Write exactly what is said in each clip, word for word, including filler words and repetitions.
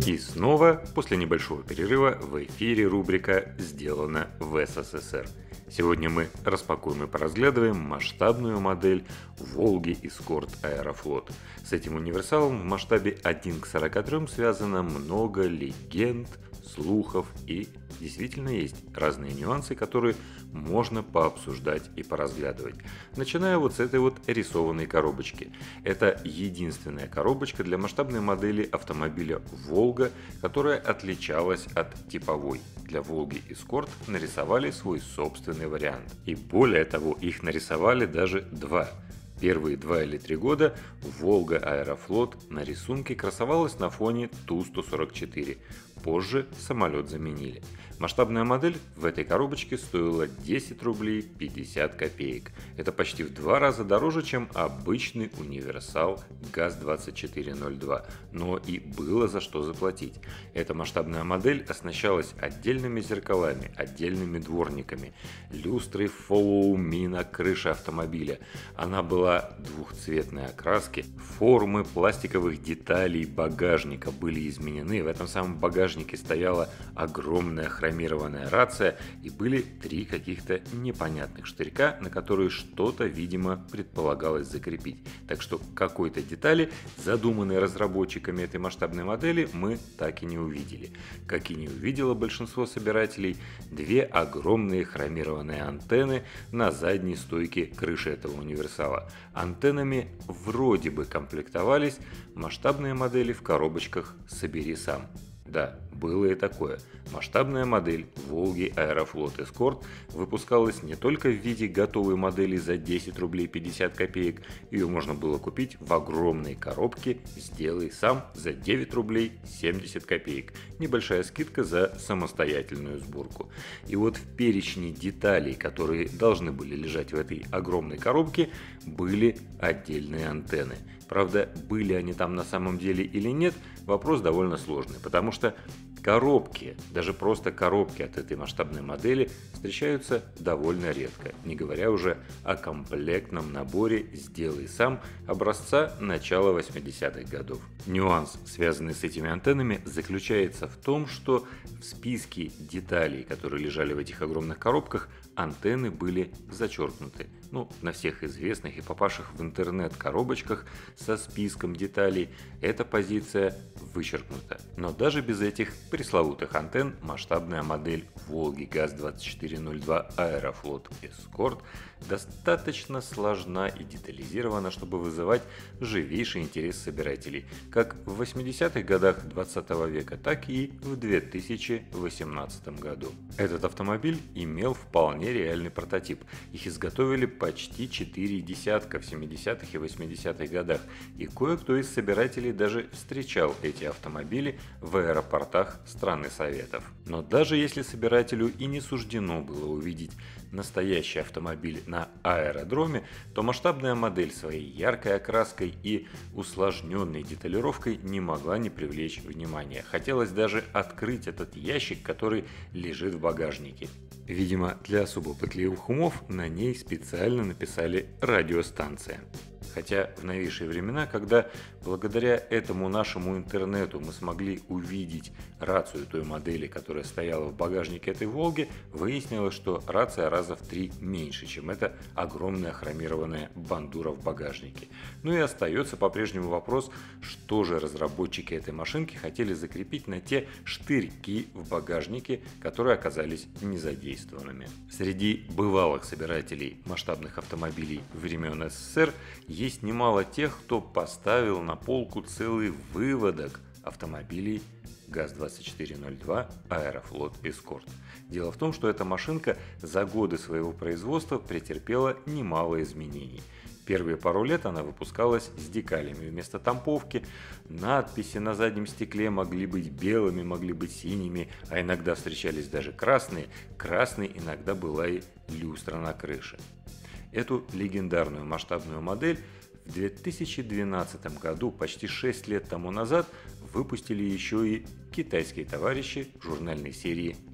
И снова, после небольшого перерыва, в эфире рубрика «Сделано в СССР». Сегодня мы распакуем и поразглядываем масштабную модель Волги Escort Аэрофлот. С этим универсалом в масштабе один к сорока трём связано много легенд, слухов, и действительно есть разные нюансы, которые можно пообсуждать и поразглядывать. Начиная вот с этой вот рисованной коробочки. Это единственная коробочка для масштабной модели автомобиля «Волга», которая отличалась от типовой. Для «Волги Escort» нарисовали свой собственный вариант. И более того, их нарисовали даже два. Первые два или три года «Волга Аэрофлот» на рисунке красовалась на фоне Ту сто сорок четыре. Позже самолет заменили. Масштабная модель в этой коробочке стоила десять рублей пятьдесят копеек. Это почти в два раза дороже, чем обычный универсал ГАЗ двадцать четыре ноль два. Но и было за что заплатить. Эта масштабная модель оснащалась отдельными зеркалами, отдельными дворниками, люстрой follow me на крыше автомобиля. Она была двухцветной окраски, формы пластиковых деталей багажника были изменены. В этом самом багажнике стояла огромная хромированная рация и были три каких-то непонятных штырька, на которые что-то, видимо, предполагалось закрепить. Так что какой-то детали, задуманной разработчиками этой масштабной модели, мы так и не увидели. Как и не увидело большинство собирателей, две огромные хромированные антенны на задней стойке крыши этого универсала. Антеннами вроде бы комплектовались масштабные модели в коробочках «Собери сам». Да, было и такое. Масштабная модель Волги Аэрофлот Escort выпускалась не только в виде готовой модели за десять рублей пятьдесят копеек, ее можно было купить в огромной коробке «Сделай сам» за девять рублей семьдесят копеек. Небольшая скидка за самостоятельную сборку. И вот в перечне деталей, которые должны были лежать в этой огромной коробке, были отдельные антенны. Правда, были они там на самом деле или нет, вопрос довольно сложный, потому что коробки, даже просто коробки от этой масштабной модели встречаются довольно редко, не говоря уже о комплектном наборе «Сделай сам» образца начала восьмидесятых годов. Нюанс, связанный с этими антеннами, заключается в том, что в списке деталей, которые лежали в этих огромных коробках, антенны были зачеркнуты. Ну, на всех известных и попавших в интернет коробочках со списком деталей эта позиция вычеркнута. Но даже без этих пресловутых антенн масштабная модель Волги ГАЗ двадцать четыре ноль два Аэрофлот Escort достаточно сложна и детализирована, чтобы вызывать живейший интерес собирателей, как в восьмидесятых годах двадцатого века, так и в две тысячи восемнадцатом году. Этот автомобиль имел вполне реальный прототип. Их изготовили почти четыре десятка в семидесятых и восьмидесятых годах, и кое-кто из собирателей даже встречал эти автомобили в аэропортах страны Советов. Но даже если собирателю и не суждено было увидеть настоящий автомобиль на аэродроме, то масштабная модель своей яркой окраской и усложненной деталировкой не могла не привлечь внимания. Хотелось даже открыть этот ящик, который лежит в багажнике. Видимо, для особо пытливых умов на ней специально написали «радиостанция». Хотя в новейшие времена, когда благодаря этому нашему интернету мы смогли увидеть рацию той модели, которая стояла в багажнике этой «Волги», выяснилось, что рация раза в три меньше, чем эта огромная хромированная бандура в багажнике. Ну и остается по-прежнему вопрос, что же разработчики этой машинки хотели закрепить на те штырьки в багажнике, которые оказались незадействованными. Среди бывалых собирателей масштабных автомобилей времен СССР есть немало тех, кто поставил на полку целый выводок автомобилей ГАЗ двадцать четыре ноль два Аэрофлот Escort. Дело в том, что эта машинка за годы своего производства претерпела немало изменений. Первые пару лет она выпускалась с декалями вместо тамповки, надписи на заднем стекле могли быть белыми, могли быть синими, а иногда встречались даже красные. Красной иногда была и люстра на крыше. Эту легендарную масштабную модель в две тысячи двенадцатом году, почти шесть лет тому назад, выпустили еще и китайские товарищи журнальной серии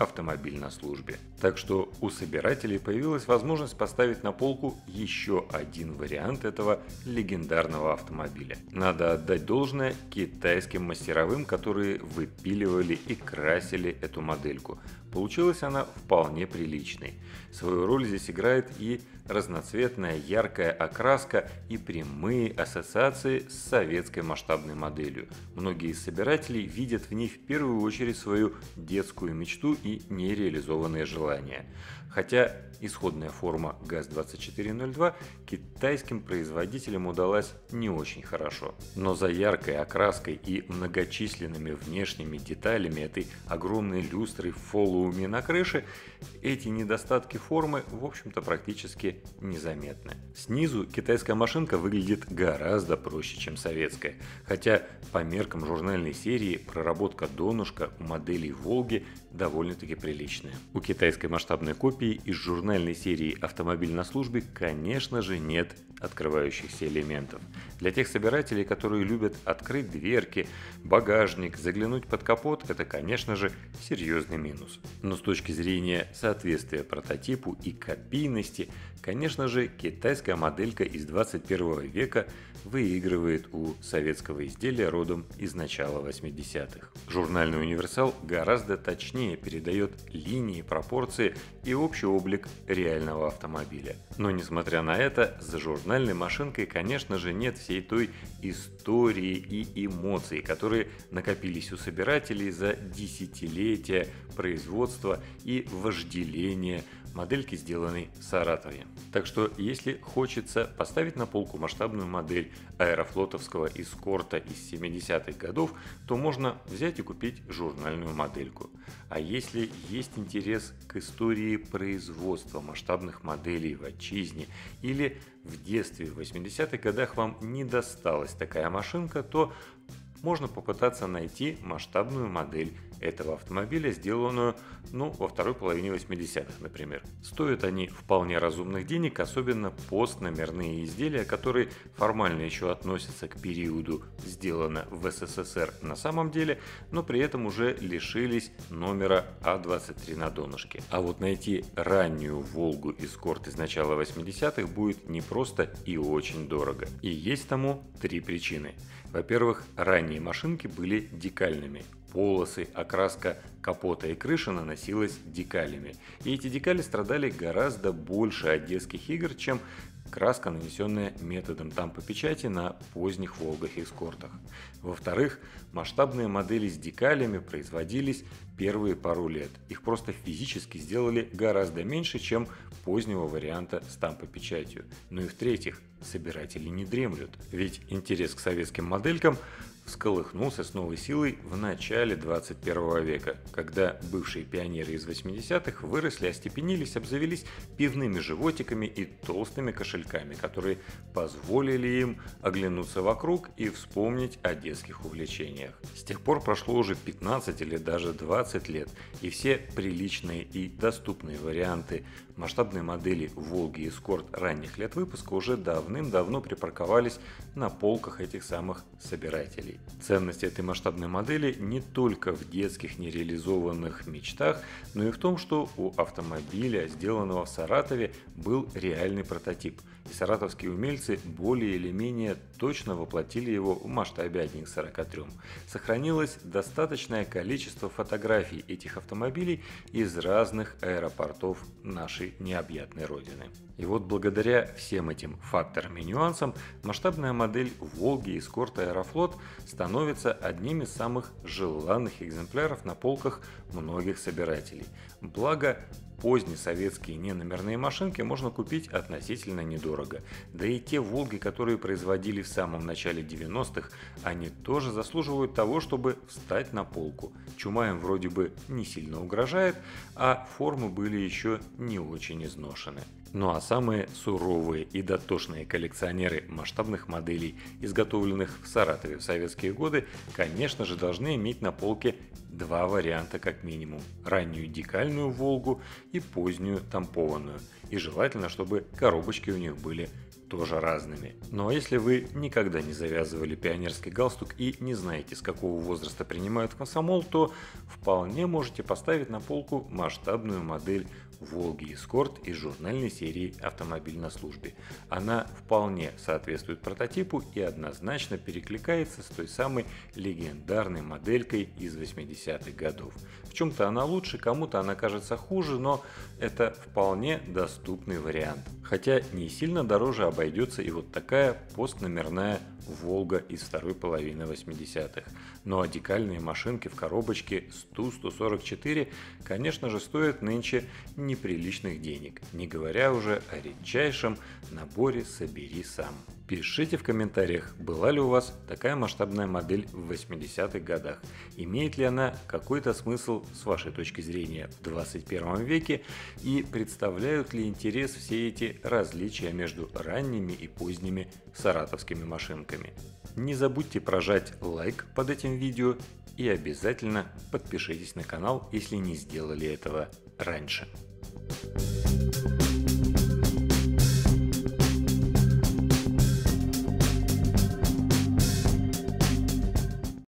автомобиль на службе. Так что у собирателей появилась возможность поставить на полку еще один вариант этого легендарного автомобиля. Надо отдать должное китайским мастеровым, которые выпиливали и красили эту модельку. Получилась она вполне приличной. Свою роль здесь играет и разноцветная яркая окраска и прямые ассоциации с советской масштабной моделью. Многие из собирателей видят в ней в первую очередь свою детскую мечту и нереализованные желания. Хотя исходная форма ГАЗ двадцать четыре ноль два китайским производителям удалась не очень хорошо. Но за яркой окраской и многочисленными внешними деталями этой огромной люстры в фоллоуме на крыше эти недостатки формы, в общем-то, практически незаметны. Снизу китайская машинка выглядит гораздо проще, чем советская, хотя по меркам журнальной серии проработка донышка у моделей «Волги» довольно-таки приличная. У китайской масштабной копии из журнальной серии «Автомобиль на службе», конечно же, нет открывающихся элементов. Для тех собирателей, которые любят открыть дверки, багажник, заглянуть под капот, это, конечно же, серьезный минус. Но с точки зрения соответствия прототипу и копийности, конечно же, китайская моделька из двадцать первого века выигрывает у советского изделия родом из начала восьмидесятых. Журнальный универсал гораздо точнее передает линии, пропорции и общий облик реального автомобиля. Но несмотря на это, за журнальной машинкой, конечно же, нет всей той истории и эмоций, которые накопились у собирателей за десятилетия производства и вожделения модельки, сделанной в Саратове. Так что, если хочется поставить на полку масштабную модель аэрофлотовского эскорта из семидесятых годов, то можно взять и купить журнальную модельку. А если есть интерес к истории производства масштабных моделей в отчизне или в детстве в восьмидесятых годах вам не досталась такая машинка, то можно попытаться найти масштабную модель этого автомобиля, сделанную ну, во второй половине восьмидесятых, например. Стоят они вполне разумных денег, особенно постномерные изделия, которые формально еще относятся к периоду «сделано в СССР» на самом деле, но при этом уже лишились номера А двадцать три на донышке. А вот найти раннюю «Волгу» Эскорт из начала восьмидесятых будет непросто и очень дорого. И есть тому три причины. Во-первых, ранние машинки были декальными. Полосы, окраска капота и крыши наносилась декалями. И эти декали страдали гораздо больше от детских игр, чем краска, нанесенная методом тампопечати на поздних «Волгах» и «Эскортах». Во-вторых, масштабные модели с декалями производились первые пару лет. Их просто физически сделали гораздо меньше, чем позднего варианта с тампопечатью. Ну и в-третьих, собиратели не дремлют. Ведь интерес к советским моделькам всколыхнулся с новой силой в начале двадцать первого века, когда бывшие пионеры из восьмидесятых выросли, остепенились, обзавелись пивными животиками и толстыми кошельками, которые позволили им оглянуться вокруг и вспомнить о детских увлечениях. С тех пор прошло уже пятнадцать или даже двадцать лет, и все приличные и доступные варианты масштабной модели «Волги» и «Эскорт» ранних лет выпуска уже давным-давно припарковались на полках этих самых собирателей. Ценность этой масштабной модели не только в детских нереализованных мечтах, но и в том, что у автомобиля, сделанного в Саратове, был реальный прототип, и саратовские умельцы более или менее точно воплотили его в масштабе один к сорока трём. Сохранилось достаточное количество фотографий этих автомобилей из разных аэропортов нашей необъятной родины. И вот благодаря всем этим факторам и нюансам масштабная модель «Волги» Эскорт Аэрофлот становится одним из самых желанных экземпляров на полках многих собирателей. Благо, поздние советские неномерные машинки можно купить относительно недорого. Да и те «Волги», которые производили в самом начале девяностых, они тоже заслуживают того, чтобы встать на полку. Чума им вроде бы не сильно угрожает, а формы были еще не очень изношены. Ну а самые суровые и дотошные коллекционеры масштабных моделей, изготовленных в Саратове в советские годы, конечно же, должны иметь на полке два варианта как минимум. Раннюю декальную «Волгу» и позднюю тампованную. И желательно, чтобы коробочки у них были тоже разными. Ну а если вы никогда не завязывали пионерский галстук и не знаете, с какого возраста принимают в комсомол, то вполне можете поставить на полку масштабную модель Волги Эскорт из журнальной серии «Автомобиль на службе». Она вполне соответствует прототипу и однозначно перекликается с той самой легендарной моделькой из восьмидесятых годов. В чем-то она лучше, кому-то она кажется хуже, но это вполне доступный вариант. Хотя не сильно дороже обойдется и вот такая постномерная Волга из второй половины восьмидесятых. Ну а декальные машинки в коробочке сто сто сорок четыре, конечно же, стоят нынче неприличных денег, не говоря уже о редчайшем наборе «Собери сам». Пишите в комментариях, была ли у вас такая масштабная модель в восьмидесятых годах, имеет ли она какой-то смысл с вашей точки зрения в двадцать первом веке и представляют ли интерес все эти различия между ранними и поздними саратовскими машинками. Не забудьте прожать лайк под этим видео и обязательно подпишитесь на канал, если не сделали этого раньше.